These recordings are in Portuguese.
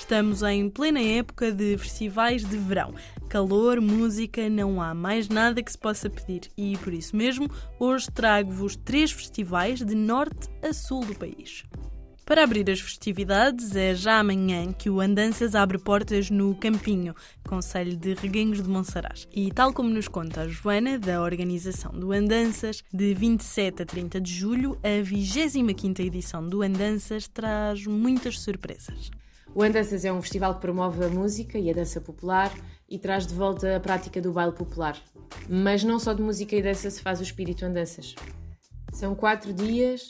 Estamos em plena época de festivais de verão. Calor, música, não há mais nada que se possa pedir. E por isso mesmo, hoje trago-vos 3 festivais de norte a sul do país. Para abrir as festividades, é já amanhã que o Andanças abre portas no Campinho, concelho de Reguengos de Monsaraz. E tal como nos conta a Joana, da organização do Andanças, de 27 a 30 de julho, a 25ª edição do Andanças traz muitas surpresas. O Andanças é um festival que promove a música e a dança popular e traz de volta a prática do baile popular. Mas não só de música e dança se faz o espírito Andanças. São 4 dias,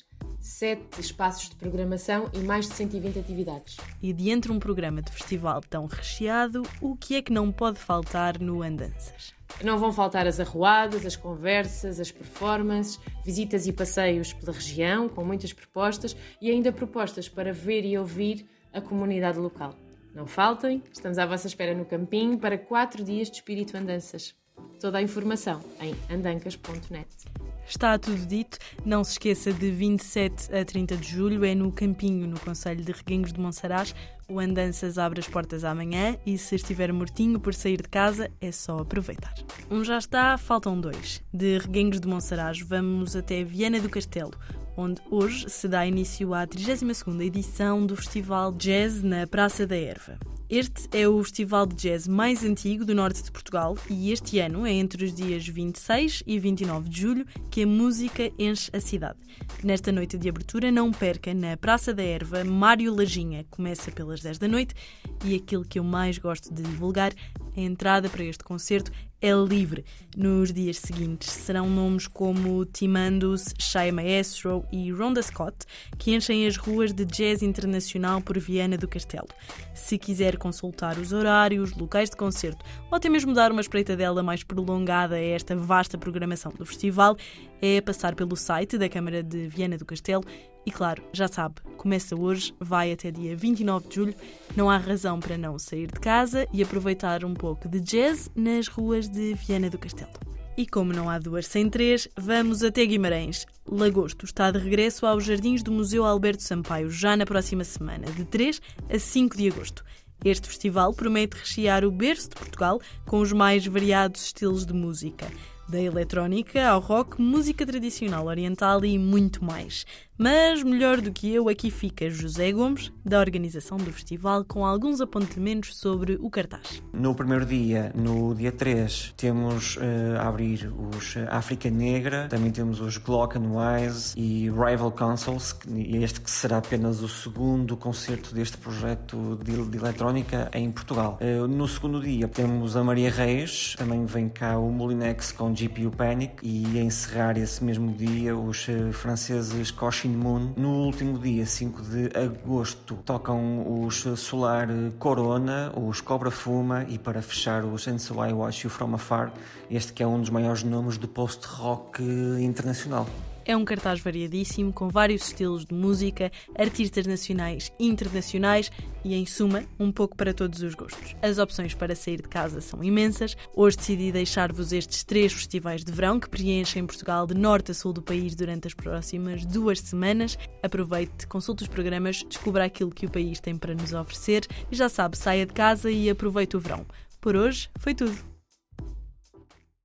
7 espaços de programação e mais de 120 atividades. E de entre um programa de festival tão recheado, o que é que não pode faltar no Andanças? Não vão faltar as arruadas, as conversas, as performances, visitas e passeios pela região, com muitas propostas e ainda propostas para ver e ouvir a comunidade local. Não faltem, estamos à vossa espera no Campinho para 4 dias de espírito Andanças. Toda a informação em andancas.net. Está tudo dito, não se esqueça de 27 a 30 de julho, é no Campinho, no concelho de Reguengos de Monsaraz. O Andanças abre as portas amanhã e se estiver mortinho por sair de casa, é só aproveitar. Um já está, faltam 2. De Reguengos de Monsaraz vamos até Viana do Castelo, onde hoje se dá início à 32ª edição do Festival Jazz na Praça da Erva. Este é o festival de jazz mais antigo do norte de Portugal e este ano é entre os dias 26 e 29 de julho que a música enche a cidade. Nesta noite de abertura, não perca, na Praça da Erva, Mário Lajinha. Começa pelas 10 da noite e aquilo que eu mais gosto de divulgar, a entrada para este concerto é livre. Nos dias seguintes serão nomes como Timandus, Shai Maestro e Rhonda Scott que enchem as ruas de jazz internacional por Viana do Castelo. Se quiser consultar os horários, locais de concerto ou até mesmo dar uma espreitadela mais prolongada a esta vasta programação do festival, é passar pelo site da Câmara de Viana do Castelo. E claro, já sabe, começa hoje, vai até dia 29 de julho. Não há razão para não sair de casa e aproveitar um pouco de jazz nas ruas de Viana do Castelo. E como não há 2 sem 3, vamos até Guimarães. Lagosto está de regresso aos Jardins do Museu Alberto Sampaio, já na próxima semana, de 3 a 5 de agosto. Este festival promete rechear o berço de Portugal com os mais variados estilos de música. Da eletrónica ao rock, música tradicional oriental e muito mais. Mas, melhor do que eu, aqui fica José Gomes, da organização do festival, com alguns apontamentos sobre o cartaz. No primeiro dia, no dia 3, temos a abrir os África Negra, também temos os Glockenwise e Rival Consoles, este que será apenas o segundo concerto deste projeto de eletrónica em Portugal. No segundo dia, temos a Maria Reis, também vem cá o Molinex com GPU Panic e a encerrar esse mesmo dia os franceses Cauchin Moon. No último dia, 5 de agosto, tocam os Solar Corona, os Cobra Fuma e para fechar os And So I Watch You From Afar, este que é um dos maiores nomes do post-rock internacional. É um cartaz variadíssimo, com vários estilos de música, artistas nacionais e internacionais e, em suma, um pouco para todos os gostos. As opções para sair de casa são imensas. Hoje decidi deixar-vos estes 3 festivais de verão que preenchem Portugal de norte a sul do país durante as próximas 2 semanas. Aproveite, consulte os programas, descubra aquilo que o país tem para nos oferecer e já sabe, saia de casa e aproveite o verão. Por hoje, foi tudo.